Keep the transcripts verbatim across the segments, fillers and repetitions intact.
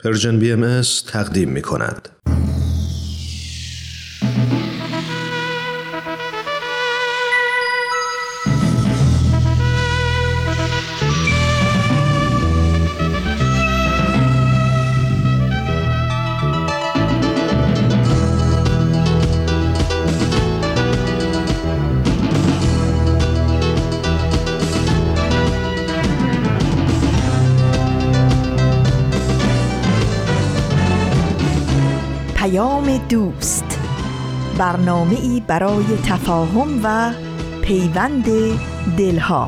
پرژن بی ام اس تقدیم می کند. دوست، برنامه‌ای برای تفاهم و پیوند دلها.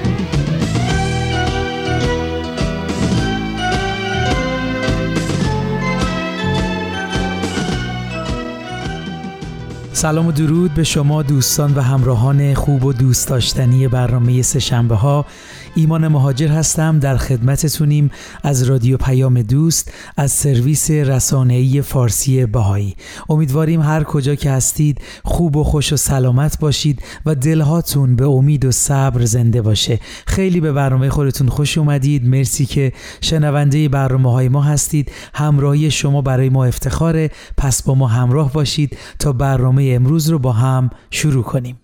سلام و درود به شما دوستان و همراهان خوب و دوست داشتنی برنامه سه‌شنبه ها. ایمان مهاجر هستم، در خدمتتونیم از رادیو پیام دوست، از سرویس رسانه‌ای فارسی بهایی. امیدواریم هر کجا که هستید خوب و خوش و سلامت باشید و دلهاتون به امید و صبر زنده باشه. خیلی به برنامه خودتون خوش اومدید. مرسی که شنونده برنامه‌های ما هستید. همراهی شما برای ما افتخاره. پس با ما همراه باشید تا برنامه امروز رو با هم شروع کنیم.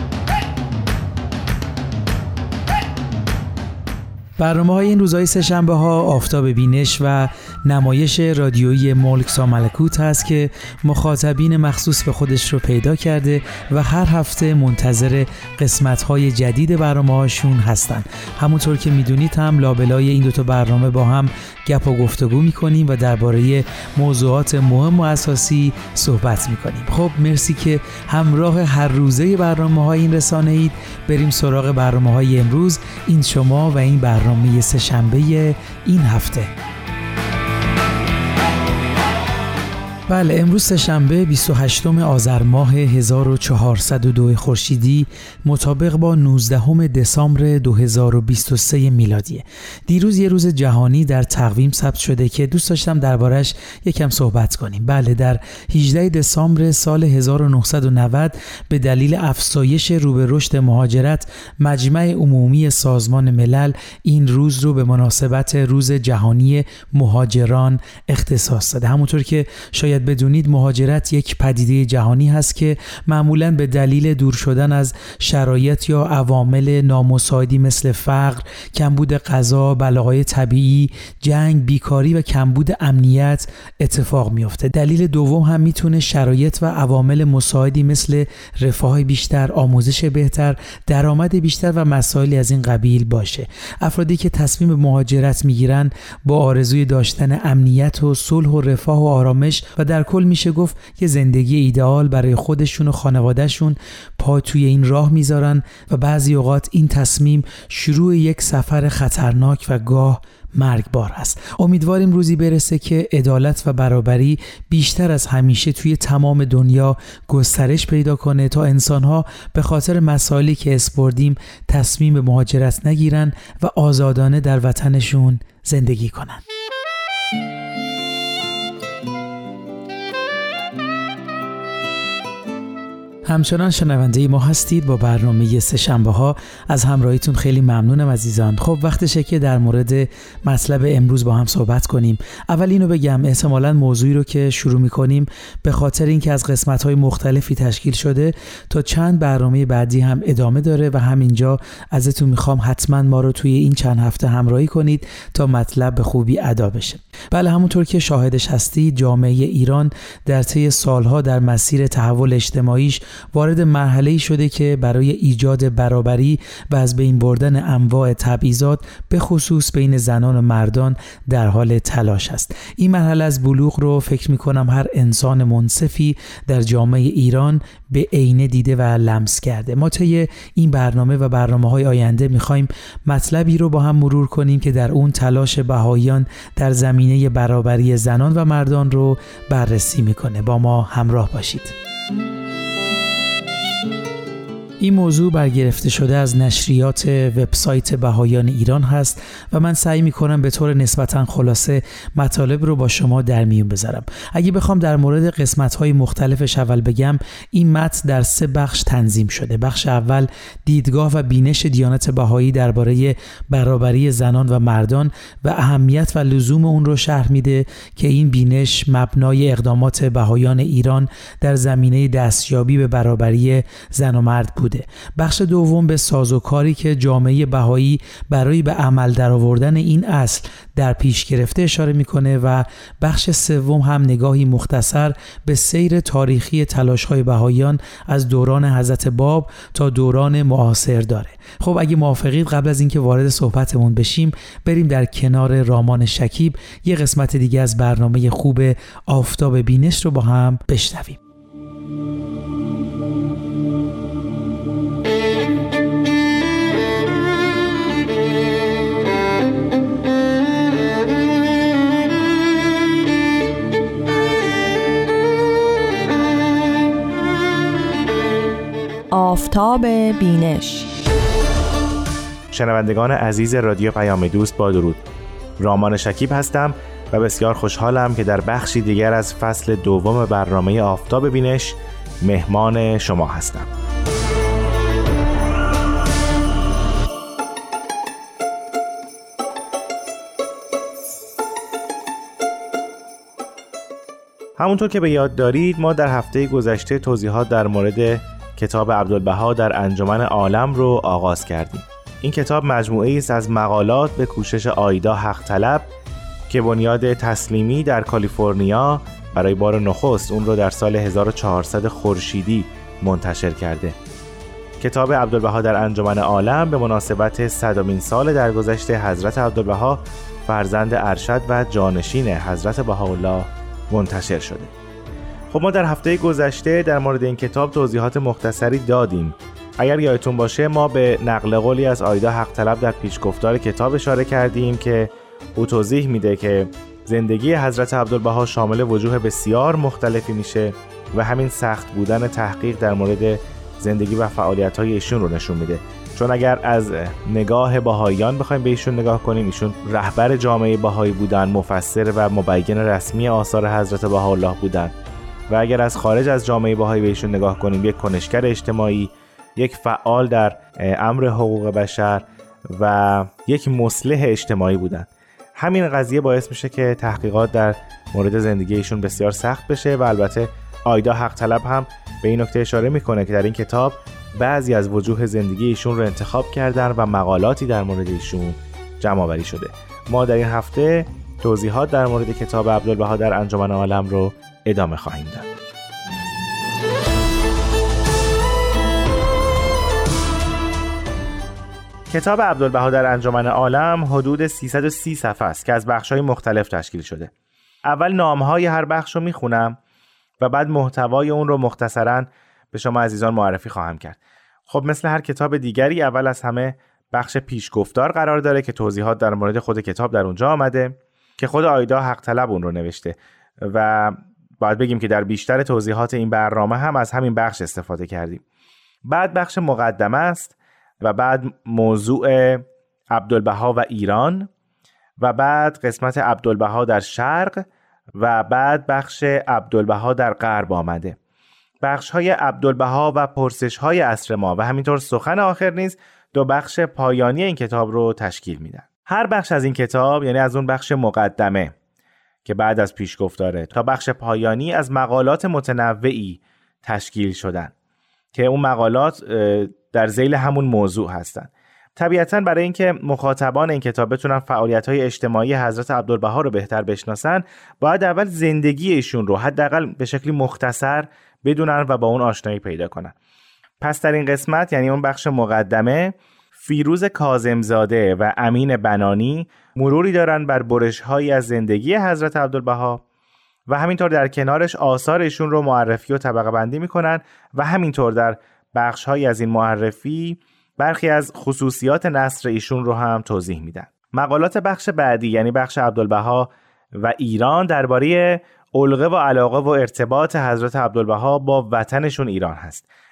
برنامه‌های این روزهای سه‌شنبه ها آفتاب بینش و نمایش رادیویی ملک تا ملکوت هست که مخاطبین مخصوص به خودش رو پیدا کرده و هر هفته منتظر قسمت‌های جدید برنامه‌هاشون هستن. همونطور که میدونید هم لابلای این دوتا برنامه با هم گپ و گفتگو می‌کنیم و درباره موضوعات مهم و اساسی صحبت می‌کنیم. خب مرسی که همراه هر روزه برنامه‌های این رسانه اید. بریم سراغ برنامه‌های امروز. این شما و این برنامه برنامه سه‌شنبه این هفته. بله، امروز سه‌شنبه بیست و هشتم آذر ماه هزار و چهارصد و دو خورشیدی مطابق با نوزدهم دسامبر دو هزار و بیست و سه میلادیه. دیروز یه روز جهانی در تقویم ثبت شده که دوست داشتم دربارش یکم صحبت کنیم. بله، در هجدهم دسامبر سال هزار و نهصد و نود به دلیل افزایش رو به رشد مهاجرت، مجمع عمومی سازمان ملل این روز رو به مناسبت روز جهانی مهاجران اختصاص داده. همونطور که شاید بدونید مهاجرت یک پدیده جهانی هست که معمولاً به دلیل دور شدن از شرایط یا عوامل نامساعدی مثل فقر، کمبود غذا، بلاهای طبیعی، جنگ، بیکاری و کمبود امنیت اتفاق میفته. دلیل دوم هم میتونه شرایط و عوامل مساعدی مثل رفاه بیشتر، آموزش بهتر، درآمد بیشتر و مسائلی از این قبیل باشه. افرادی که تصمیم مهاجرت میگیرن با آرزوی داشتن امنیت و صلح و رفاه و آرامش و در کل میشه گفت یه زندگی ایدئال برای خودشون و خانوادهشون پا توی این راه میذارن و بعضی اوقات این تصمیم شروع یک سفر خطرناک و گاه مرگبار است. امیدواریم روزی برسه که عدالت و برابری بیشتر از همیشه توی تمام دنیا گسترش پیدا کنه تا انسان‌ها به خاطر مسائلی که اسپردیم تصمیم به مهاجرت نگیرن و آزادانه در وطنشون زندگی کنن. همچنان شنونده ما هستید با برنامه سه‌شنبه ها. از همراهیتون خیلی ممنونم عزیزان. خب وقتشه که در مورد مطلب امروز با هم صحبت کنیم. اول اینو بگم، احتمالاً موضوعی رو که شروع می‌کنیم به خاطر اینکه از قسمت‌های مختلفی تشکیل شده تا چند برنامه بعدی هم ادامه داره و همینجا ازتون می‌خوام حتما ما رو توی این چند هفته همراهی کنید تا مطلب به خوبی ادا بشه. بله، همونطور که شاهدش هستید جامعه ایران در طی سالها در مسیر تحول اجتماعیش وارد مرحله‌ای شده که برای ایجاد برابری و از بین بردن انواع تبعیضات به خصوص بین زنان و مردان در حال تلاش است. این مرحله از بلوغ رو فکر می‌کنم هر انسان منصفی در جامعه ایران به عینه دیده و لمس کرده. ما طی این برنامه و برنامه‌های آینده می‌خوایم مطلبی رو با هم مرور کنیم که در اون تلاش بهائیان در زمینه برابری زنان و مردان رو بررسی می‌کنه. با ما همراه باشید. این موضوع برگرفته شده از نشریات وبسایت بهایان ایران هست و من سعی میکنم به طور نسبتاً خلاصه مطالب رو با شما در میون بذارم. اگه بخوام در مورد قسمت‌های مختلفش اول بگم، این متن در سه بخش تنظیم شده. بخش اول دیدگاه و بینش دیانت بهایی درباره برابری زنان و مردان و اهمیت و لزوم اون رو شرح میده که این بینش مبنای اقدامات بهایان ایران در زمینه دستیابی به برابری زن و مرد بوده. بخش دوم به سازوکاری که جامعه بهایی برای به عمل درآوردن این اصل در پیش گرفته اشاره میکنه و بخش سوم هم نگاهی مختصر به سیر تاریخی تلاش‌های بهاییان از دوران حضرت باب تا دوران معاصر داره. خب اگه موافقید قبل از اینکه وارد صحبتمون بشیم بریم در کنار رامان شکیب یه قسمت دیگه از برنامه خوب آفتاب بینش رو با هم بشنویم. آفتاب بینش. شنوندگان عزیز رادیو پیام دوست با درود. رامان شکیب هستم و بسیار خوشحالم که در بخشی دیگر از فصل دوم برنامه آفتاب بینش مهمان شما هستم. همونطور که به یاد دارید ما در هفته گذشته توضیحات در مورد کتاب عبدالبها در انجمن عالم رو آغاز کردیم. این کتاب مجموعه‌ای است از مقالات به کوشش آیدا حق طلب که بنیاد تسلیمی در کالیفرنیا برای بار نخست اون رو در سال هزار و چهارصد خورشیدی منتشر کرده. کتاب عبدالبها در انجمن عالم به مناسبت صدمین سال درگذشت حضرت عبدالبها فرزند ارشد و جانشین حضرت بهاءالله منتشر شده. خب ما در هفته گذشته در مورد این کتاب توضیحات مختصری دادیم. اگر یادتون باشه ما به نقل قولی از آیدا حق طلب در پیشگفتار کتاب اشاره کردیم که او توضیح میده که زندگی حضرت عبدالبها شامل وجوه بسیار مختلفی میشه و همین سخت بودن تحقیق در مورد زندگی و فعالیت‌های ایشون رو نشون میده. چون اگر از نگاه بهاییان بخوایم به ایشون نگاه کنیم، ایشون رهبر جامعه بهایی بودن، مفسر و مبین رسمی آثار حضرت بهاءالله بودن و اگر از خارج از جامعه بهایی به ایشون نگاه کنیم، یک کنشگر اجتماعی، یک فعال در امر حقوق بشر و یک مصلح اجتماعی بودن. همین قضیه باعث میشه که تحقیقات در مورد زندگی ایشون بسیار سخت بشه و البته آیدا حق طلب هم به این نکته اشاره میکنه که در این کتاب بعضی از وجوه زندگی ایشون رو انتخاب کردن و مقالاتی در مورد ایشون جمع آوری شده. ما در این هفته توضیحات در مورد کتاب عبدالبها در انجمن عالم رو ادامه خواهیم داد. کتاب عبدالبها در انجمن عالم حدود سیصد و سی صفحه است که از بخش‌های مختلف تشکیل شده. اول نام‌های هر بخش رو میخونم و بعد محتوای اون رو مختصراً به شما عزیزان معرفی خواهم کرد. خب مثل هر کتاب دیگری اول از همه بخش پیشگفتار قرار داره که توضیحات در مورد خود کتاب در اونجا آمده که خود آیدا حق طلب اون رو نوشته و باید بگیم که در بیشتر توضیحات این برنامه هم از همین بخش استفاده کردیم. بعد بخش مقدمه است و بعد موضوع عبدالبها و ایران و بعد قسمت عبدالبها در شرق و بعد بخش عبدالبها در غرب آمده. بخش‌های عبدالبها و پرسش‌های عصر ما و همینطور سخن آخر نیز دو بخش پایانی این کتاب رو تشکیل میدن. هر بخش از این کتاب، یعنی از اون بخش مقدمه که بعد از پیشگفتاره تا بخش پایانی، از مقالات متنوعی تشکیل شدن که اون مقالات در ذیل همون موضوع هستن. طبیعتاً برای اینکه مخاطبان این کتاب بتونن فعالیت‌های اجتماعی حضرت عبدالبها رو بهتر بشناسن، باید اول زندگی ایشون رو حداقل به شکلی مختصر بدونن و با اون آشنایی پیدا کنن. پس در این قسمت، یعنی اون بخش مقدمه، فیروز کاظمزاده و امین بنانی مروری دارن بر برش‌هایی از زندگی حضرت عبدالبها و همینطور در کنارش آثار ایشون رو معرفی و طبقه بندی میکنن و همینطور در بخش‌هایی از این معرفی برخی از خصوصیات نثر ایشون رو هم توضیح میدن. مقالات بخش بعدی، یعنی بخش عبدالبها و ایران، درباره علقه و علاقه و ارتباط حضرت عبدالبها با وطنشون ایران هست.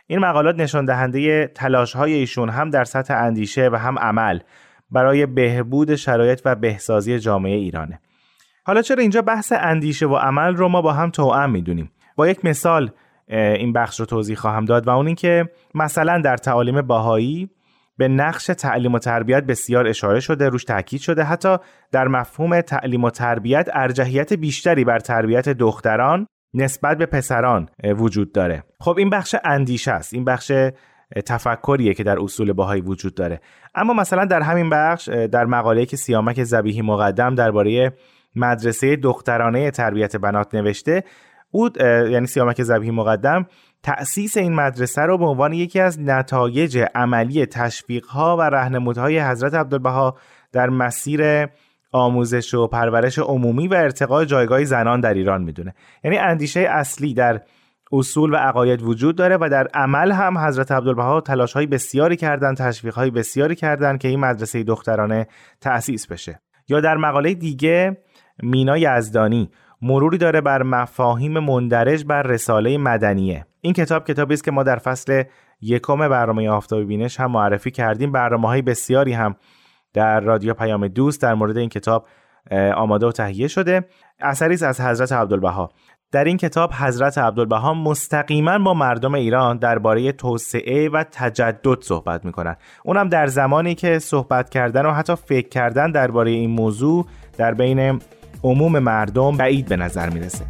این مقالات نشان دهنده تلاش‌های ایشون هم در سطح اندیشه و هم عمل برای بهبود شرایط و بهسازی جامعه ایرانه. حالا چرا اینجا بحث اندیشه و عمل رو ما با هم توأم میدونیم؟ با یک مثال این بخش رو توضیح خواهم داد و اون این که مثلا در تعالیم بهایی به نقش تعلیم و تربیت بسیار اشاره شده، روش تاکید شده. حتی در مفهوم تعلیم و تربیت ارجحیت بیشتری بر تربیت دختران نسبت به پسران وجود داره. خب این بخش اندیشه است، این بخش تفکریه که در اصول بهایی وجود داره. اما مثلا در همین بخش در مقاله‌ای که سیامک ذبیحی مقدم درباره مدرسه دخترانه تربیت بنات نوشته، او یعنی سیامک ذبیحی مقدم تأسیس این مدرسه رو به عنوان یکی از نتایج عملی تشویق‌ها و راهنمودهای حضرت عبدالبها در مسیر آموزش و پرورش عمومی و ارتقای جایگاه زنان در ایران میدونه. یعنی اندیشه اصلی در اصول و عقاید وجود داره و در عمل هم حضرت عبدالبها تلاش‌های بسیاری کردن، تشویق‌های بسیاری کردن که این مدرسه دخترانه تأسیس بشه. یا در مقاله دیگه مینا یزدانی مروری داره بر مفاهیم مندرج بر رساله مدنیه. این کتاب کتابی است که ما در فصل یکم برنامه آفتاب بینش هم معرفی کردیم. برنامه‌های بسیاری هم در رادیو پیام دوست در مورد این کتاب آماده و تهیه شده. اثری است از حضرت عبدالبها. در این کتاب حضرت عبدالبها مستقیما با مردم ایران درباره توسعه و تجدد صحبت می‌کنند. اونم در زمانی که صحبت کردن و حتی فکر کردن درباره این موضوع در بین عموم مردم بعید به نظر میرسه.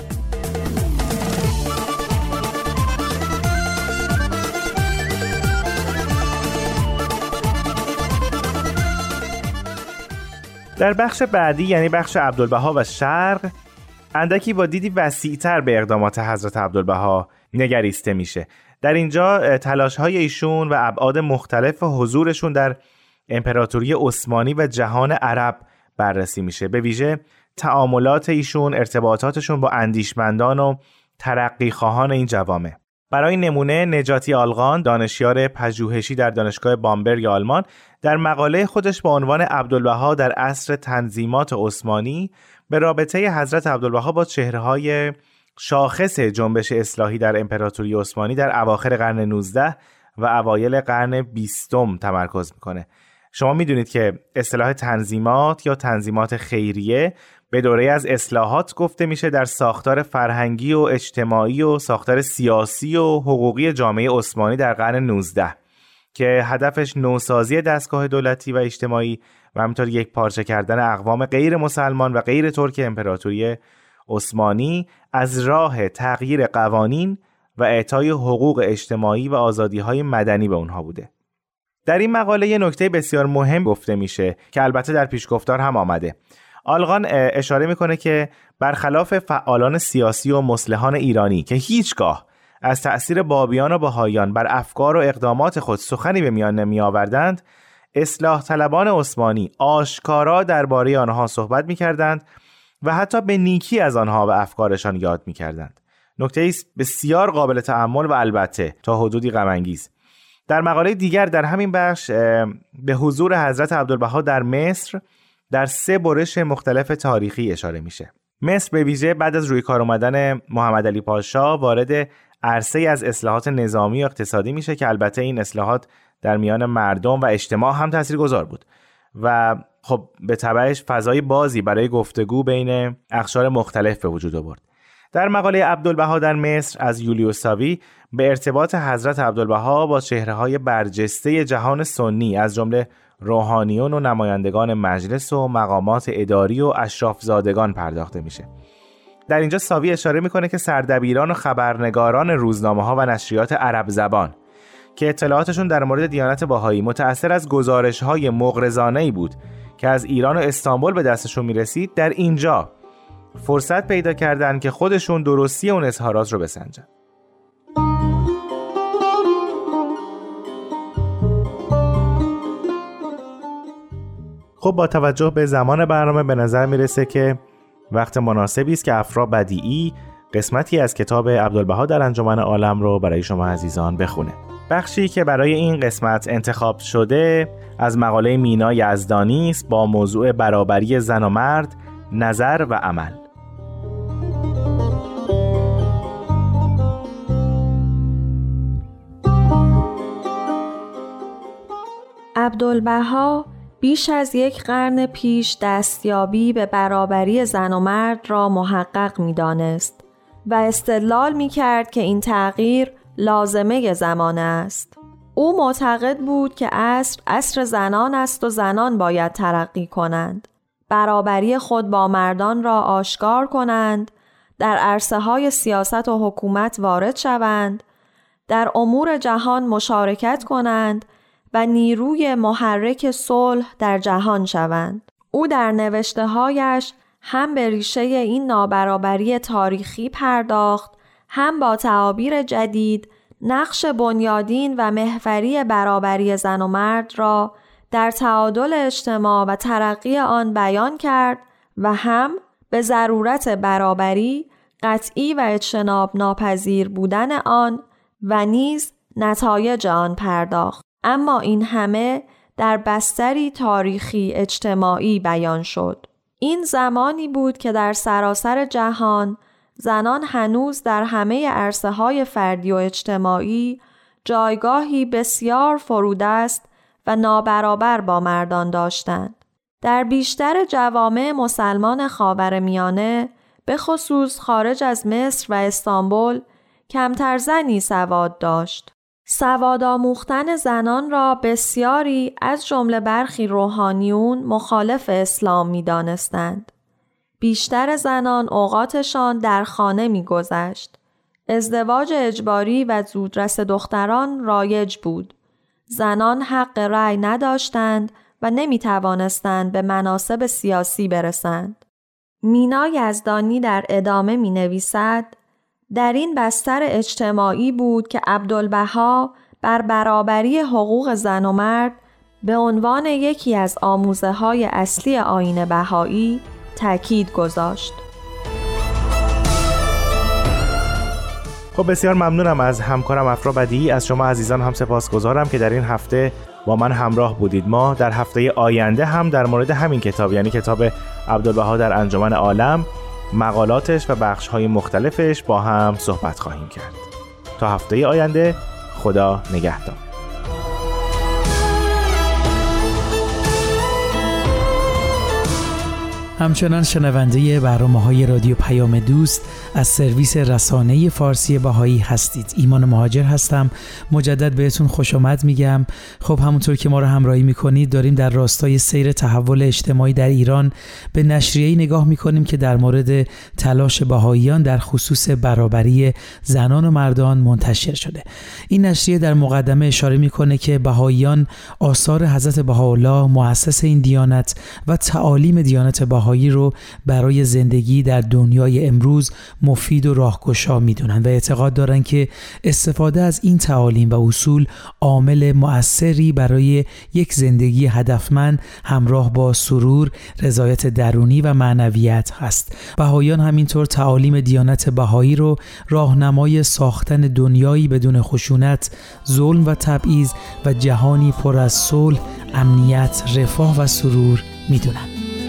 در بخش بعدی یعنی بخش عبدالبها و شرق اندکی با دیدی وسیع‌تر به اقدامات حضرت عبدالبها نگریسته میشه. در اینجا تلاش‌های ایشون و ابعاد مختلف حضورشون در امپراتوری عثمانی و جهان عرب بررسی میشه. به ویژه تعاملات ایشون، ارتباطاتشون با اندیشمندان و ترقی خواهان این جوامع. برای نمونه نجاتی آلغان، دانشیار پژوهشی در دانشگاه بامبرگ آلمان، در مقاله خودش با عنوان عبدالبها در عصر تنظیمات عثمانی به رابطه حضرت عبدالبها با چهره‌های شاخص جنبش اصلاحی در امپراتوری عثمانی در اواخر قرن نوزدهم و اوایل قرن بیستم تمرکز میکنه. شما میدونید که اصطلاح تنظیمات یا تنظیمات خیریه به دوره از اصلاحات گفته میشه در ساختار فرهنگی و اجتماعی و ساختار سیاسی و حقوقی جامعه عثمانی در قرن نوزدهم که هدفش نوسازی دستگاه دولتی و اجتماعی و همینطور یک پارچه کردن اقوام غیر مسلمان و غیر ترک امپراتوری عثمانی از راه تغییر قوانین و اعطای حقوق اجتماعی و آزادی‌های مدنی به اونها بوده. در این مقاله یه نکته بسیار مهم گفته میشه که البته در پیشگفتار هم آمده. آلغان اشاره میکنه که برخلاف فعالان سیاسی و مصلحان ایرانی که هیچگاه از تأثیر بابیان و بهائیان بر افکار و اقدامات خود سخنی به میان نمی آوردند، اصلاح طلبان عثمانی آشکارا درباره آنها صحبت میکردند و حتی به نیکی از آنها و افکارشان یاد میکردند. نکته ایست بسیار قابل تأمل و البته تا حدودی غم انگیز. در مقاله دیگر در همین بخش به حضور حضرت عبدالبها در مصر در سه برش مختلف تاریخی اشاره میشه. مصر به ویژه بعد از روی کار اومدن محمد علی پاشا وارد عرصه از اصلاحات نظامی و اقتصادی میشه که البته این اصلاحات در میان مردم و اجتماع هم تاثیرگذار بود و خب به تبعش فضای بازی برای گفتگو بین اقشار مختلف به وجود آورد. در مقاله عبدالبها در مصر از یولیوس ساوی به ارتباط حضرت عبدالبها با چهره‌های برجسته جهان سنی از جمله روحانیون و نمایندگان مجلس و مقامات اداری و اشرافزادگان پرداخته میشه. در اینجا ساوی اشاره میکنه که سردبیران و خبرنگاران روزنامه‌ها و نشریات عرب زبان که اطلاعاتشون در مورد دیانت بهایی متأثر از گزارش‌های مغرضانه‌ای بود که از ایران و استانبول به دستشون میرسید، در اینجا فرصت پیدا کردن که خودشون درستی اون اظهارات رو بسنجن. خب با توجه به زمان برنامه به نظر میرسه که وقت مناسبی است که افرا بدیعی قسمتی از کتاب عبدالبها در انجمن عالم رو برای شما عزیزان بخونه. بخشی که برای این قسمت انتخاب شده از مقاله مینا یزدانی است با موضوع برابری زن و مرد، نظر و عمل. عبدالبها بیش از یک قرن پیش دستیابی به برابری زن و مرد را محقق می دانست و استدلال می کرد که این تغییر لازمه زمانه است. او معتقد بود که عصر عصر زنان است و زنان باید ترقی کنند، برابری خود با مردان را آشکار کنند، در عرصه های سیاست و حکومت وارد شوند، در امور جهان مشارکت کنند و نیروی محرک صلح در جهان شوند. او در نوشته‌هایش هم به ریشه این نابرابری تاریخی پرداخت، هم با تعابیر جدید نقش بنیادین و محوری برابری زن و مرد را در تعادل اجتماع و ترقی آن بیان کرد و هم به ضرورت برابری، قطعی و اجتناب ناپذیر بودن آن و نیز نتایج آن پرداخت. اما این همه در بستری تاریخی اجتماعی بیان شد. این زمانی بود که در سراسر جهان زنان هنوز در همه عرصه‌های فردی و اجتماعی جایگاهی بسیار فرودست و نابرابر با مردان داشتند. در بیشتر جوامع مسلمان خاورمیانه، به خصوص خارج از مصر و استانبول، کمتر زنی سواد داشت. سواد آموختن زنان را بسیاری از جمله برخی روحانیون مخالف اسلام می دانستند. بیشتر زنان اوقاتشان در خانه می گذشت. ازدواج اجباری و زودرس دختران رایج بود. زنان حق رأی نداشتند و نمی توانستند به مناصب سیاسی برسند. مینا یزدانی در ادامه می نویسد: در این بستر اجتماعی بود که عبدالبها بر برابری حقوق زن و مرد به عنوان یکی از آموزه‌های اصلی آیین بهایی تأکید گذاشت. خب بسیار ممنونم از همکارم افرا بدیعی. از شما عزیزان هم سپاسگزارم که در این هفته با من همراه بودید. ما در هفته آینده هم در مورد همین کتاب، یعنی کتاب عبدالبها در انجمن عالم، مقالاتش و بخش‌های مختلفش با هم صحبت خواهیم کرد. تا هفته آینده، خدا نگهدار. همچنان شنونده برنامه‌های رادیو پیام دوست از سرویس رسانه فارسی بهایی هستید. ایمان مهاجر هستم. مجدد بهتون خوش آمد میگم. خب همونطور که ما رو همراهی میکنید داریم در راستای سیر تحول اجتماعی در ایران به نشریه‌ای نگاه میکنیم که در مورد تلاش بهاییان در خصوص برابری زنان و مردان منتشر شده. این نشریه در مقدمه اشاره میکنه که بهاییان آثار حضرت بهاءالله مؤسس این دیانت و تعالیم دیانت بهایی رو برای زندگی در دنیای امروز مفید و راهگشا میدونن و اعتقاد دارن که استفاده از این تعالیم و اصول عامل مؤثری برای یک زندگی هدفمند همراه با سرور، رضایت درونی و معنویت هست. بهاییان همینطور تعالیم دیانت بهایی رو راهنمای ساختن دنیایی بدون خشونت، ظلم و تبعیض و جهانی پر از صلح، امنیت، رفاه و سرور میدونن.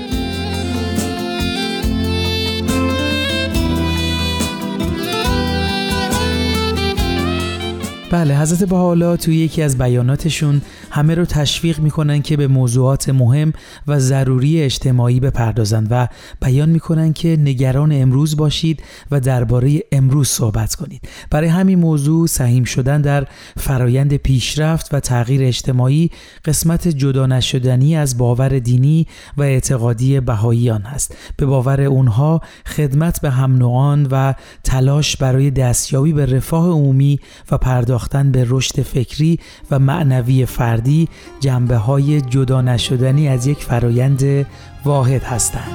بله، حضرت بهاءالله توی یکی از بیاناتشون همه رو تشویق میکنن که به موضوعات مهم و ضروری اجتماعی بپردازن و بیان میکنن که نگران امروز باشید و درباره امروز صحبت کنید. برای همین موضوع سهیم شدن در فرایند پیشرفت و تغییر اجتماعی قسمت جدا نشدنی از باور دینی و اعتقادی بهاییان هست. به باور اونها خدمت به هم نوعان و تلاش برای دستیابی به رفاه عمومی و پرداختن به رشد فکری و معنوی فردی جنبه‌های جدا نشدنی از یک فرایند واحد هستند.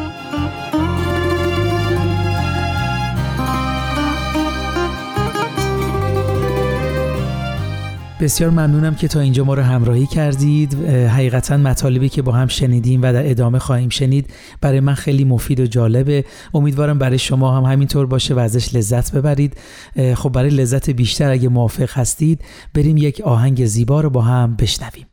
بسیار ممنونم که تا اینجا ما رو همراهی کردید. حقیقتا مطالبی که با هم شنیدیم و در ادامه خواهیم شنید برای من خیلی مفید و جالبه. امیدوارم برای شما هم همینطور باشه و ازش لذت ببرید. خب برای لذت بیشتر اگه موافق هستید بریم یک آهنگ زیبا رو با هم بشنویم.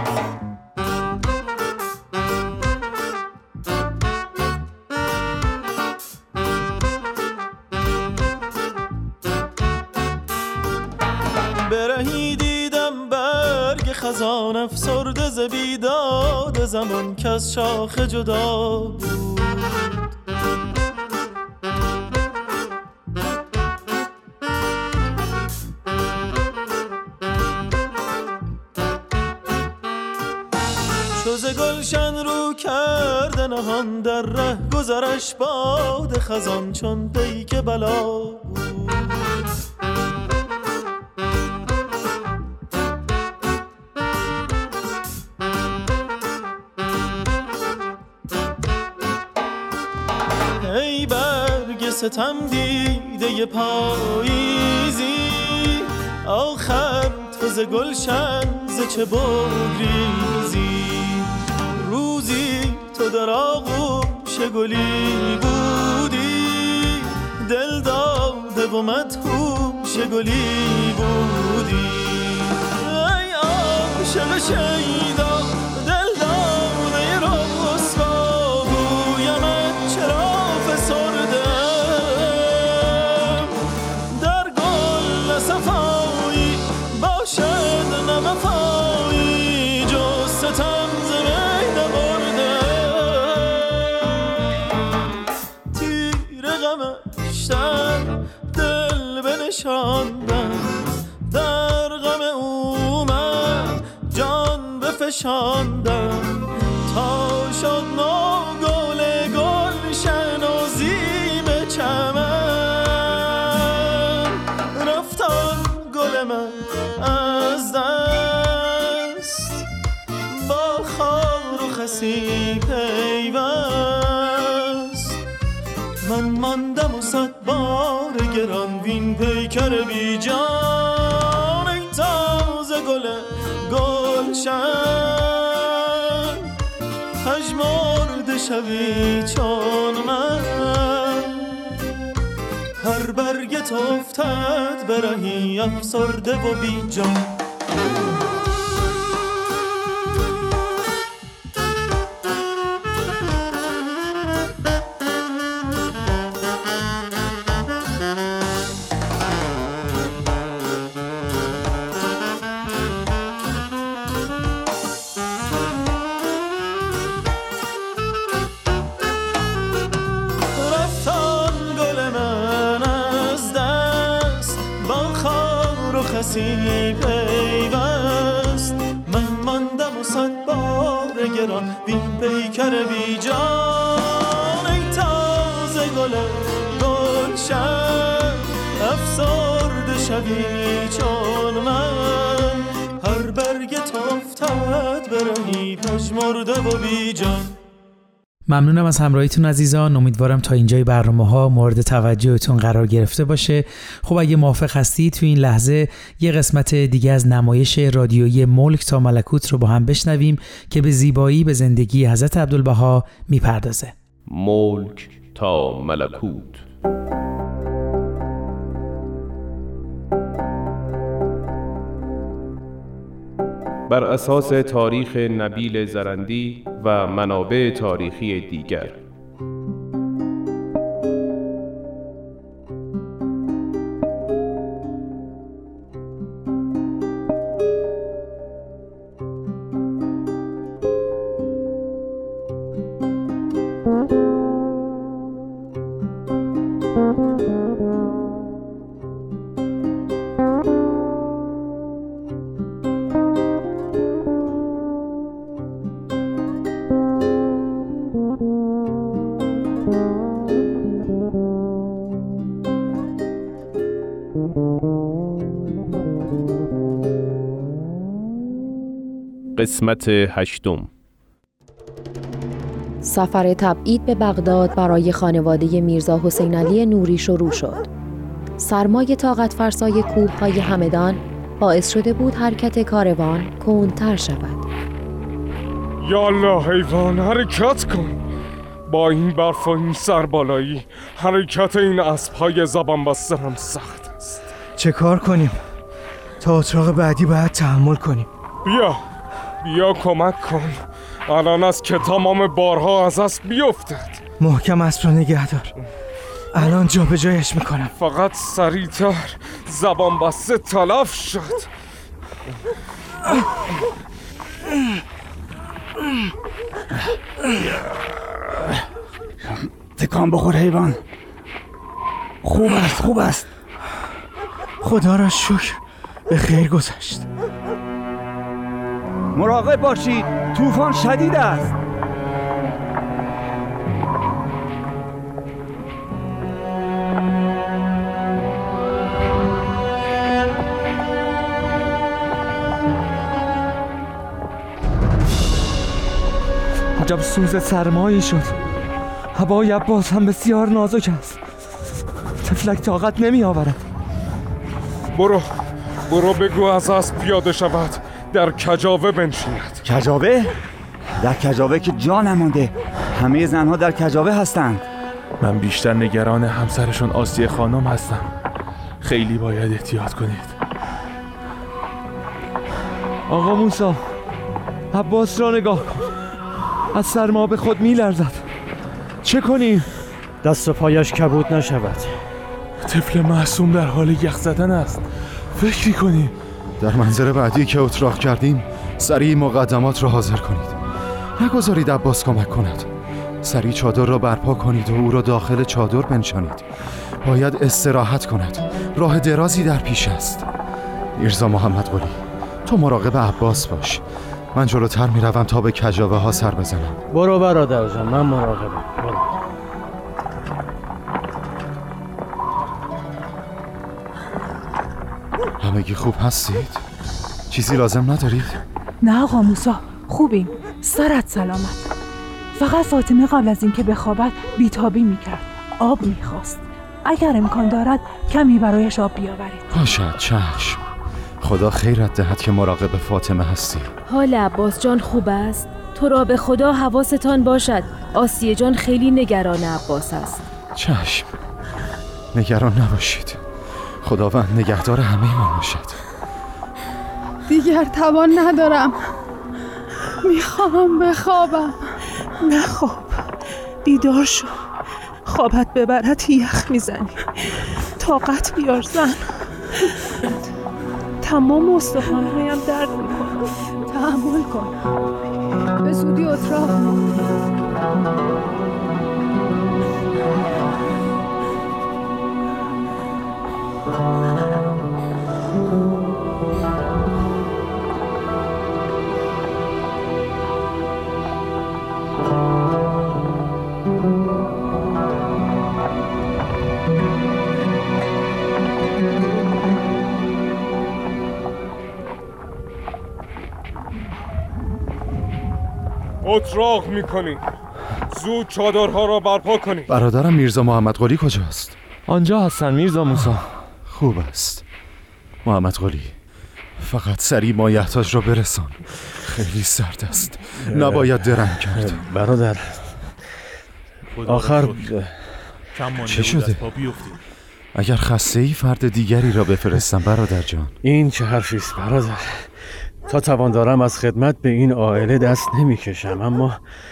برهی دیدم برگ خزان افسرده ز بیداد زمان که از شاخ جدا بود. چو ز گلشن رو کرده نهان در ره گذرش باد خزان چون پیک بلا بود. ای برگ ستم دیده پاییزی آخر تو ز گلشن ز چه بگریزی. روزی تو در آغوش گلی بودی دل داده و مدهوش گلی بودی. ای عاشق شیدا دل داده رسوا گویمت چرا فسردم در گل صفایی باشد نوفایی جز ستم ز می نبردم. تیر غمشتن دل بنشاندم در غم او من جان بفشاندم تا شد نو گل گلشن و زیب چمن. رفتان گل من از دست با خار و خسی پیوست. من ماندم و صد بار گران وین پیکر بی جان. ای تازه گل گلشن پژمرده شوی چون من. هر برگت افتد برهی افسرده و بی جان. پیوست من ماندم و صد بار گران بین پیکر بی جان. ای تازه گل گلشن افسرده شوی چون من. هر برگت افتد برهی پژمرده و بی جان. ممنونم از همراهیتون عزیزان. امیدوارم تا اینجای برنامه ها مورد توجهتون قرار گرفته باشه. خب اگه موافق هستید تو این لحظه یه قسمت دیگه از نمایش رادیویی ملک تا ملکوت رو با هم بشنویم که به زیبایی به زندگی حضرت عبدالبها میپردازه. ملک تا ملکوت. بر اساس تاریخ نبیل زرندی و منابع تاریخی دیگر. قسمت هشتم. سفر تبعید به بغداد برای خانواده میرزا حسین علی نوری شروع شد. سرمای طاقت فرسای کوههای همدان باعث شده بود حرکت کاروان کندتر شود. یا الله حیوان حرکت کن. با این برف و این سربالایی حرکت این اسب‌های زبان بسته هم سخت است. چه کار کنیم؟ تا اتراق بعدی باید تحمل کنیم. بیا بیا کمک کن. الان از که تمام بارها از اسب بیفتد. محکم اسب رو نگه دار. الان جا به جایش میکنم. فقط سریعتر. زبان بسته تلف شد. تکان بخور حیوان. خوب است خوب است. خدا را شکر به خیر گذشت. مراقب باشید، طوفان شدید است. عجب سوز سرمایی شد. هوای عباس هم بسیار نازک است. تفلک طاقت نمی آورد. برو برو بگو از اسب پیاده شود، در کجاوه بنشیند. کجاوه؟ در کجاوه که جا نمانده. همه زنها در کجاوه هستند. من بیشتر نگران همسرشون آسیه خانم هستم. خیلی باید احتیاط کنید. آقا موسی، عباس را نگاه کن. از سرما به خود می لرزد. چه کنیم؟ دست و پایش کبود نشود. طفل معصوم در حال یخ زدن است. فکری کنیم. در منظر بعدی که اتراق کردیم سریع مقدمات را حاضر کنید. نگذارید عباس کمک کند. سریع چادر را برپا کنید و او را داخل چادر بنشانید. باید استراحت کند. راه درازی در پیش است. میرزا محمد قلی، تو مراقب عباس باش. من جلوتر میروم تا به کجاوه ها سر بزنم. برو برادر جان، من مراقبم. برو. همگی خوب هستید؟ چیزی لازم ندارید؟ نه آقا موسی، خوبیم. سرت سلامت. فقط فاطمه قبل از این که بخوابد بیتابی میکرد. آب میخواست. اگر امکان دارد کمی برایش آب بیاورید. باشد، چشم. خدا خیرت دهد که مراقب فاطمه هستی. حال عباس جان خوب است؟ تو را به خدا حواستان باشد. آسیه جان خیلی نگران عباس است. چشم. نگران نباشید. خداوند نگهدار همه ما باشد. دیگر توان ندارم. میخواهم بخوابم. نخواب. بیدار شو. خوابت ببرد یخ میزنی. طاقت بیار زن. تمام استخوان‌هایم درد میکنه. تحمل کن. به زودی اتراق. اتراق میکنیم. زود چادرها را برپا کنیم. برادرم میرزا محمد قلی کجاست؟ آنجا هستن میرزا موسی. خوب است محمد قلی. فقط سریع مایحتاج را برسان. خیلی سرد است. نباید درنگ کرد. برادر آخر چه شده؟ اگر خسته ای فرد دیگری را بفرستم برادر جان. این چه حرفی است برادر؟ تا توان دارم از خدمت به این عائله دست نمی کشم. اما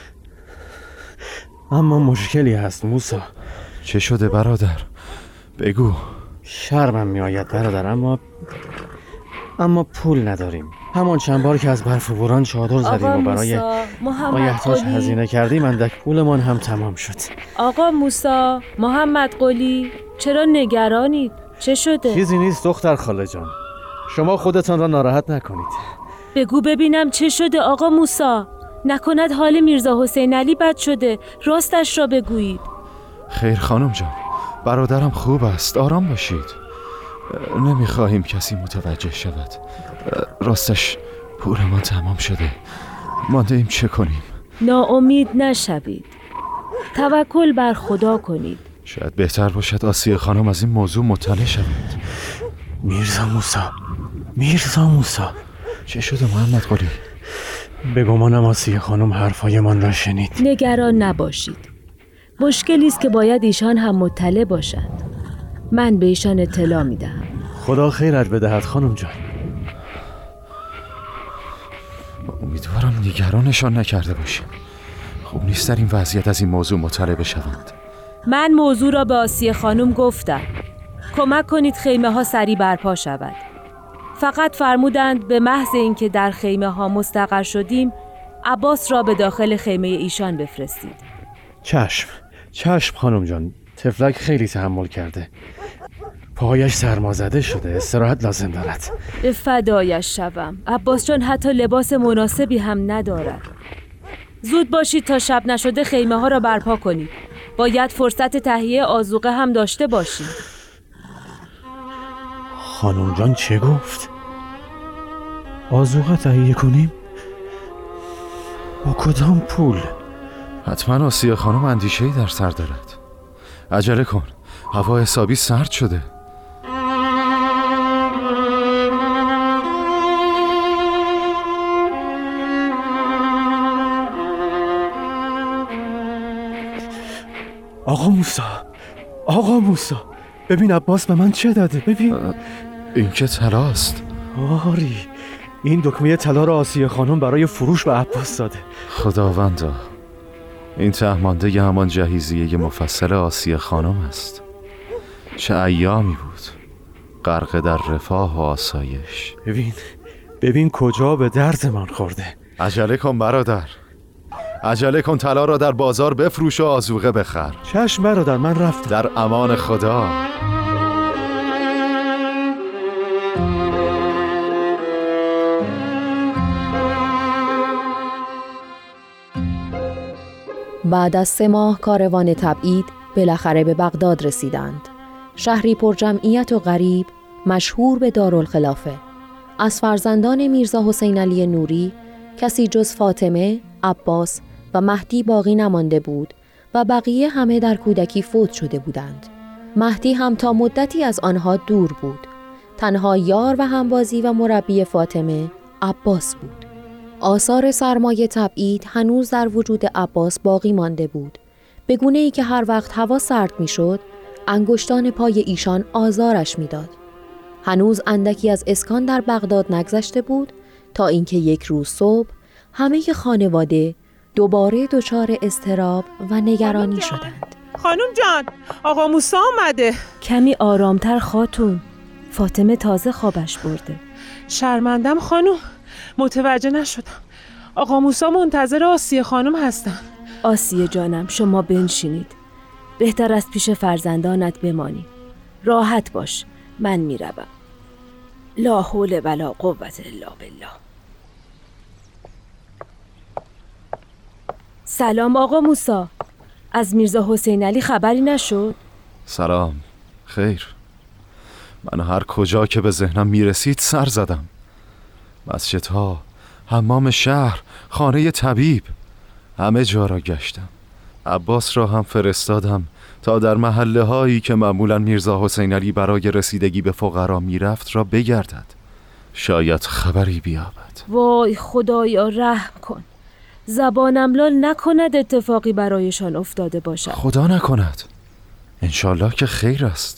اما مشکلی هست موسی. چه شده برادر؟ بگو. شرمم می آید برادر، اما اما پول نداریم. همان چند بار که از برف و باران چادر زدیم و برای مایحتاج هزینه کردیم اندک پولمان هم تمام شد. آقا موسی، محمد قلی، چرا نگرانید؟ چه شده؟ چیزی نیست دختر خاله جان. شما خودتان را ناراحت نکنید. بگو ببینم چه شده آقا موسی؟ نکند حال میرزا حسین علی بد شده؟ راستش را بگویید. خیر خانم جان، برادرم خوب است. آرام باشید. نمیخواهیم کسی متوجه شود. راستش پولمان تمام شده. مانده ایم چه کنیم؟ ناامید نشوید. توکل بر خدا کنید. شاید بهتر باشد آسیه خانم از این موضوع مطلع شود. میرزا موسی، میرزا موسی، چه شده محمد قلی؟ به گمانم آسیه خانم حرفای من را شنید. نگران نباشید. مشکلی است که باید ایشان هم مطلع باشند. من به ایشان اطلاع میدهم. خدا خیرت بدهد خانم جان. امیدوارم نگرانشان نکرده باشیم. خوب نیست در این وضعیت از این موضوع مطلع بشوند. من موضوع را به آسیه خانم گفتم. کمک کنید خیمه ها سریع برپا شود. فقط فرمودند به محض اینکه در خیمه ها مستقر شدیم عباس را به داخل خیمه ایشان بفرستید. چشم چشم خانم جان، تفلک خیلی تحمل کرده، پایش سرمازده شده، استراحت لازم دارد. به فدایش شوم. عباس جان حتی لباس مناسبی هم ندارد. زود باشید تا شب نشده خیمه ها را برپا کنید. باید فرصت تهیه آذوقه هم داشته باشیم. خانم جان چه گفت؟ آذوقه تهیه کنیم؟ با کدام پول؟ حتما آسیه خانم اندیشه‌ای در سر دارد. عجله کن، هوا حسابی سرد شده. آقا موسی، آقا موسی، ببین عباس به من چه داده، ببین. این که طلاست. آری، این دکمه طلا را آسیه خانم برای فروش به عباس داده. خداوندا، این تهمانده همان جهیزیه مفصل آسیه خانم است. چه ایامی بود، غرق در رفاه و آسایش. ببین ببین کجا به درد من خورده. عجله کن برادر، عجله کن، طلا را در بازار بفروش و آذوقه بخر. چشم برادر، من رفتم. در امان خدا. بعد از سه ماه کاروان تبعید بالاخره به بغداد رسیدند. شهری پر جمعیت و غریب، مشهور به دارالخلافه. از فرزندان میرزا حسین علی نوری کسی جز فاطمه، عباس و مهدی باقی نمانده بود و بقیه همه در کودکی فوت شده بودند. مهدی هم تا مدتی از آنها دور بود. تنها یار و همبازی و مربی فاطمه عباس بود. آثار سرمایه تبعید هنوز در وجود عباس باقی مانده بود، به گونه‌ای که هر وقت هوا سرد می‌شد، انگشتان پای ایشان آزارش می‌داد. هنوز اندکی از اسکان در بغداد نگذشته بود تا اینکه یک روز صبح همه خانواده دوباره دچار اضطراب و نگرانی شدند. خانم جان، آقا موسی آمده. کمی آرامتر خاتون، فاطمه تازه خوابش برده. شرمندم خانم، متوجه نشدم. آقا موسی منتظر آسیه خانم هستن. آسیه جانم، شما بنشینید. بهتر است پیش فرزندانت بمانی. راحت باش، من میروم. لا حول ولا قوة الا بالله. سلام آقا موسی، از میرزا حسین علی خبری نشد؟ سلام، خیر. من هر کجا که به ذهنم میرسید سر زدم. مسجدها، حمام شهر، خانه طبیب، همه جا را گشتم. عباس را هم فرستادم تا در محله هایی که معمولا میرزا حسین علی برای رسیدگی به فقرا میرفت را بگردد، شاید خبری بیابد. وای خدایا رحم کن، زبانم لال نکند اتفاقی برایشان افتاده باشد. خدا نکند، انشالله که خیر است.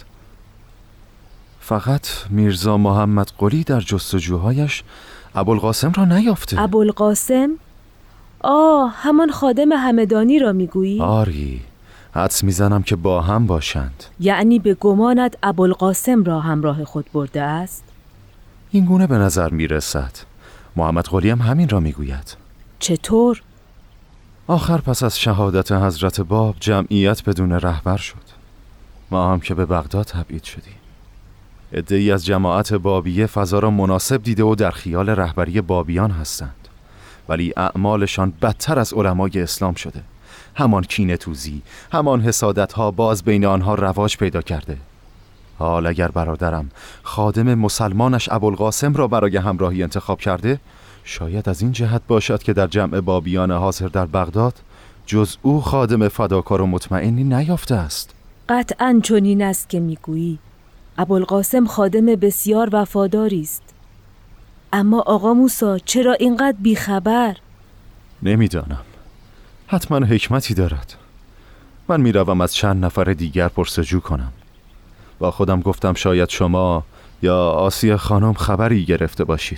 فقط میرزا محمد قلی در جستجوهایش ابوالقاسم را نیافته. ابوالقاسم؟ آه، همان خادم همدانی را میگویی؟ آری، حدس میزنم که با هم باشند. یعنی به گمانت ابوالقاسم را همراه خود برده است؟ این گونه به نظر میرسد. محمد قلی هم همین را میگوید. چطور؟ آخر پس از شهادت حضرت باب جمعیت بدون رهبر شد. ما هم که به بغداد تبعید شدیم. عده‌ای از جماعت بابیه فضا را مناسب دیده و در خیال رهبری بابیان هستند، ولی اعمالشان بدتر از علمای اسلام شده. همان کینه توزی، همان حسادت ها باز بین آنها رواج پیدا کرده. حال اگر برادرم خادم مسلمانش ابوالقاسم را برای همراهی انتخاب کرده، شاید از این جهت باشد که در جمع بابیان حاضر در بغداد جز او خادم فداکار و مطمئنی نیافته است. قطعاً چنین است که میگویی. ابوالقاسم خادم بسیار وفاداری است. اما آقا موسی چرا اینقدر بیخبر؟ نمیدانم، حتما حکمتی دارد. من میروم از چند نفر دیگر پرسجو کنم. با خودم گفتم شاید شما یا آسیه خانم خبری گرفته باشید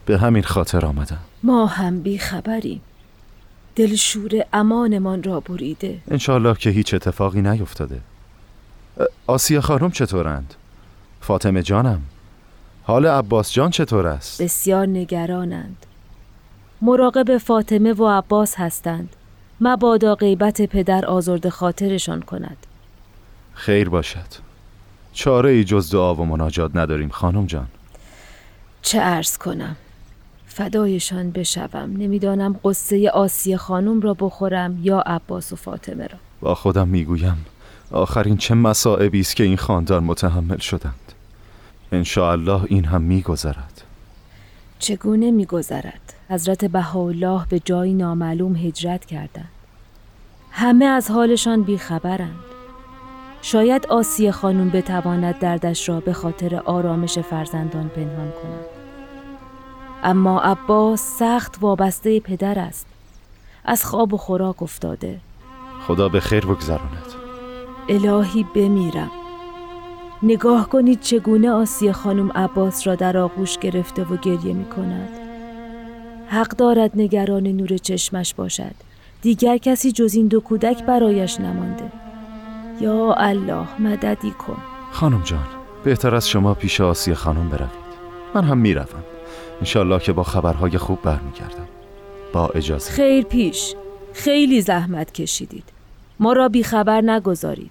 به همین خاطر آمدم. ما هم بی خبریم. دلشور امانمان را بریده. انشالله که هیچ اتفاقی نیفتاده. آسیه خانم چطورند؟ فاطمه جانم، حال عباس جان چطور است؟ بسیار نگرانند. مراقب فاطمه و عباس هستند. مبادا غیبت پدر آزرده خاطرشان کند. خیر باشد. چاره ای جز دعا و مناجات نداریم خانم جان. چه عرض کنم؟ فدایشان بشوم. نمیدانم قصه آسیه خانم را بخورم یا عباس و فاطمه را. با خودم میگویم آخرین چه مصائبی است که این خاندان متحمل شدند. انشاءالله این هم میگذرد. چگونه میگذرد؟ حضرت بهاءالله به جایی نامعلوم هجرت کردند. همه از حالشان بیخبرند. شاید آسیه خانم بتواند دردش را به خاطر آرامش فرزندان پنهان کند. اما عباس سخت وابسته پدر است. از خواب و خوراک افتاده. خدا به خیر بگذراند. الهی بمیرم. نگاه کنید چگونه آسیه خانم عباس را در آغوش گرفته و گریه می کند. حق دارد نگران نور چشمش باشد. دیگر کسی جز این دو کودک برایش نمانده. یا الله مددی کن. خانم جان، بهتر از شما پیش آسیه خانم بروید. من هم می روم. انشالله که با خبرهای خوب برمیگردم. با اجازه. خیر پیش. خیلی زحمت کشیدید. ما را بی خبر نگذارید.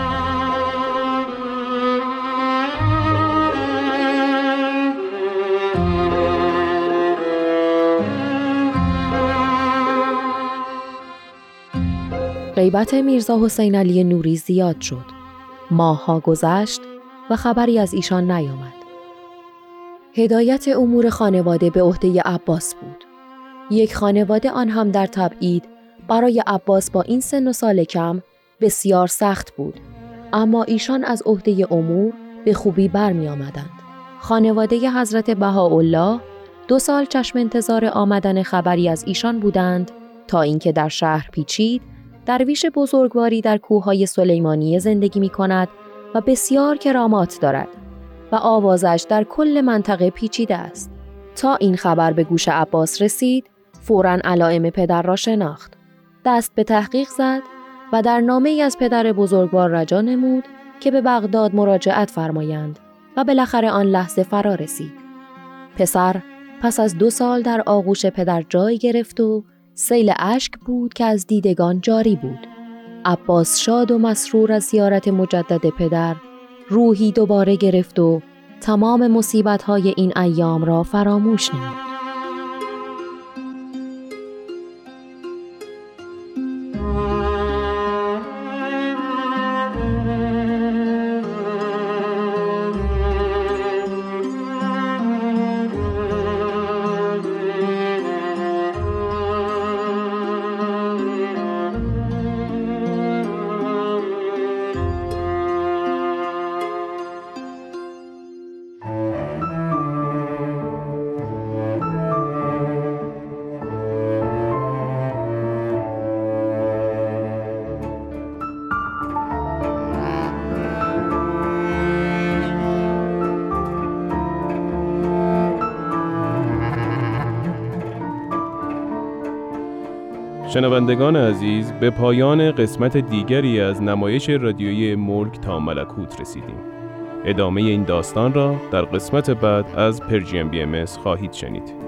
غیبت میرزا حسین علی نوری زیاد شد. ماه‌ها گذشت و خبری از ایشان نیامد. هدایت امور خانواده به عهده عباس بود. یک خانواده آن هم در تبعید برای عباس با این سن و سال کم بسیار سخت بود، اما ایشان از عهده امور به خوبی برمی آمدند. خانواده حضرت بهاءالله دو سال چشم انتظار آمدن خبری از ایشان بودند تا اینکه در شهر پیچید درویش بزرگواری در کوههای سلیمانیه زندگی می کند و بسیار کرامات دارد و آوازش در کل منطقه پیچیده است. تا این خبر به گوش عباس رسید، فوراً علائم پدر را شناخت. دست به تحقیق زد و در نامه‌ای از پدر بزرگوار رجا نمود که به بغداد مراجعت فرمایند و بالاخره آن لحظه فرا رسید. پسر پس از دو سال در آغوش پدر جای گرفت و سیل اشک بود که از دیدگان جاری بود. عباس شاد و مسرور از زیارت مجدد پدر روحی دوباره گرفت و تمام مصیبت‌های این ایام را فراموش نمود. شنوندگان عزیز، به پایان قسمت دیگری از نمایش رادیویی ملک تا ملکوت رسیدیم. ادامه این داستان را در قسمت بعد از پرژین بی ام اس خواهید شنید.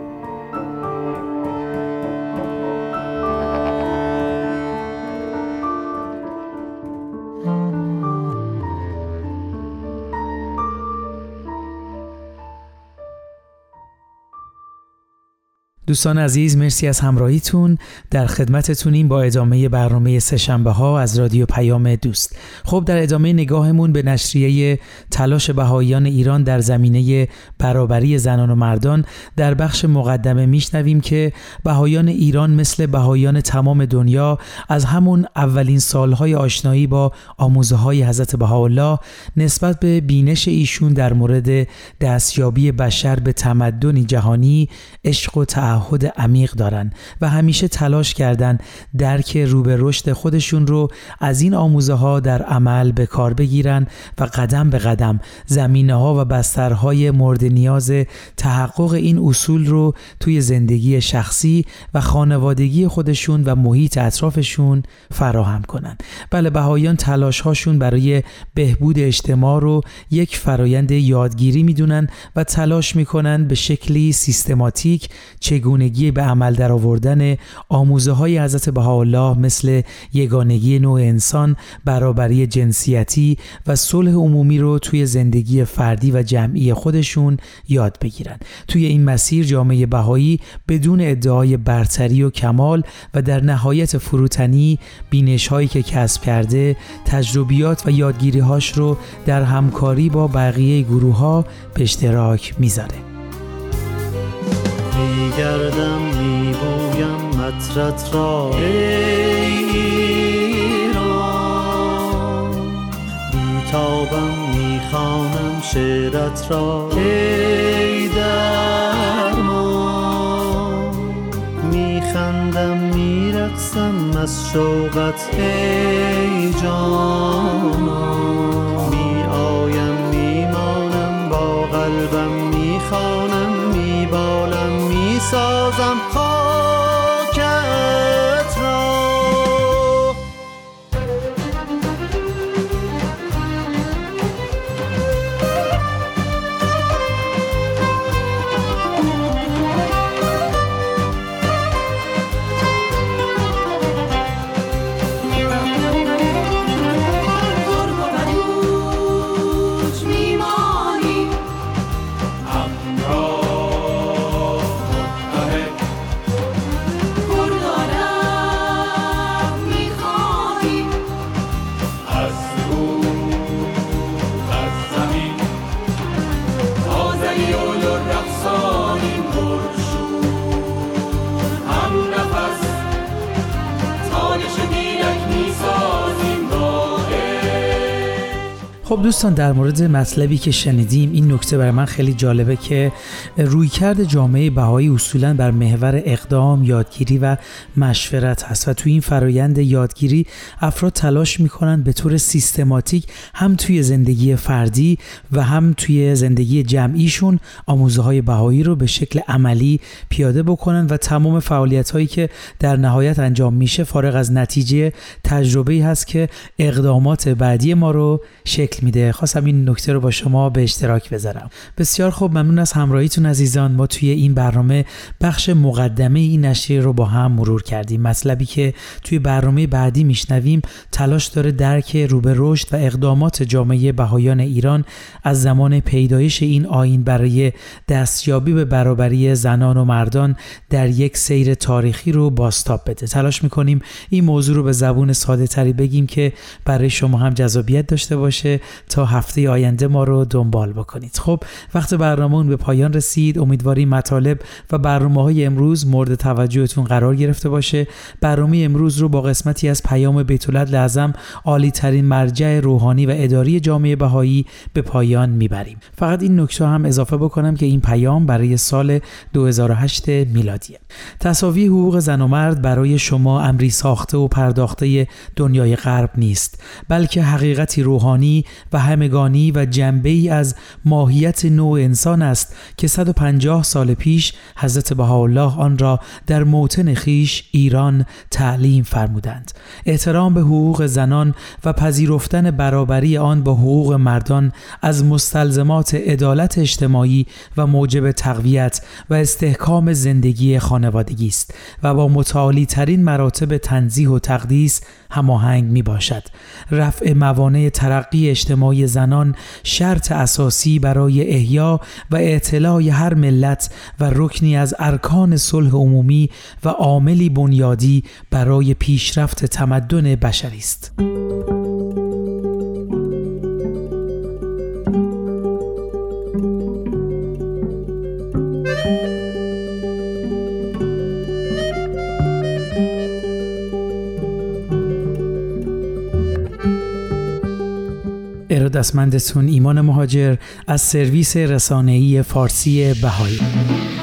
دوستان عزیز، مرسی از همراهیتون. در خدمتتونیم با ادامه برنامه سه‌شنبه ها از رادیو پیام دوست. خب در ادامه نگاهمون به نشریه تلاش بهائیان ایران در زمینه برابری زنان و مردان در بخش مقدمه میشنویم که بهائیان ایران مثل بهائیان تمام دنیا از همون اولین سالهای آشنایی با آموزه‌های حضرت بهاءالله نسبت به بینش ایشون در مورد دستیابی بشر به تمدنی جهانی، عشق و تعهد تعهد عمیق دارن و همیشه تلاش کردن درک رو به رشد خودشون رو از این آموزه ها در عمل به کار بگیرن و قدم به قدم زمینه ها و بسترهای مورد نیاز تحقق این اصول رو توی زندگی شخصی و خانوادگی خودشون و محیط اطرافشون فراهم کنن. بله، بهاییان تلاش هاشون برای بهبود اجتماع رو یک فرایند یادگیری میدونن و تلاش میکنن به شکلی سیستماتیک چگونگی به عمل در آوردن آموزه های حضرت بهاءالله مثل یگانگی نوع انسان، برابری جنسیتی و صلح عمومی رو توی زندگی فردی و جمعی خودشون یاد بگیرن. توی این مسیر جامعه بهایی بدون ادعای برتری و کمال و در نهایت فروتنی بینش هایی که کسب کرده، تجربیات و یادگیری هاش رو در همکاری با بقیه گروه ها به اشتراک میذاره. میگردم میبویم مطرت را ای ایران، بیتابم میخوانم شعرت را ای درمان، میخندم میرقصم از شوقت ای جانان، میآیم میمانم با قلبم میخوانم میبالم میسازم خاکت را. خب دوستان، در مورد مطلبی که شنیدیم این نکته برای من خیلی جالبه که رویکرد جامعه بهایی اصولاً بر محور اقدام، یادگیری و مشورت هست و توی این فرایند یادگیری افراد تلاش میکنن به طور سیستماتیک هم توی زندگی فردی و هم توی زندگی جمعیشون آموزه های بهایی رو به شکل عملی پیاده بکنن و تمام فعالیت هایی که در نهایت انجام میشه فارغ از نتیجه تجربه‌ای هست که اقدامات بعدی ما رو شکل میده. خواستم این نکته رو با شما به اشتراک بذارم. بسیار خوب، ممنون از همراهیتون عزیزان. ما توی این برنامه بخش مقدمه این نشریه رو با هم مرور کردیم. مطلبی که توی برنامه بعدی میشنویم تلاش داره درک رو به رشد و اقدامات جامعه بهایان ایران از زمان پیدایش این آیین برای دستیابی به برابری زنان و مردان در یک سیر تاریخی رو بازتاب بده. تلاش میکنیم این موضوع رو به زبون ساده تری بگیم که برای شما هم جذابیت داشته باشه تا هفته آینده ما رو دنبال بکنید. خب وقت برنامه‌مون به پایان رسید. امیدواریم مطالب و برنامه‌های امروز مورد توجهتون قرار گرفته باشه. برنامه امروز رو با قسمتی از پیام بیت‌العدل اعظم، عالی ترین مرجع روحانی و اداری جامعه بهایی، به پایان میبریم. فقط این نکته هم اضافه بکنم که این پیام برای سال دو هزار و هشت میلادیه. تساوی حقوق زن و مرد برای شما امری ساخته و پرداخته دنیای غرب نیست، بلکه حقیقتی روحانی و همگانی و جنبه‌ای از ماهیت نوع انسان است که صد و پنجاه سال پیش حضرت بهاءالله آن را در موطن خیش ایران تعلیم فرمودند. احترام به حقوق زنان و پذیرفتن برابری آن با حقوق مردان از مستلزمات عدالت اجتماعی و موجب تقویت و استحکام زندگی خانوادگی است و با متعالی ترین مراتب تنزیه و تقدیس هماهنگ می باشد. رفع موانع ترقی اجتماعی زنان شرط اساسی برای احیا و اعتلاع هر ملت و رکنی از ارکان صلح عمومی و عاملی بنیادی برای پیشرفت تمدن بشری است. ارادتمندتون ایمان مهاجر از سرویس رسانه‌ای فارسی بهایی.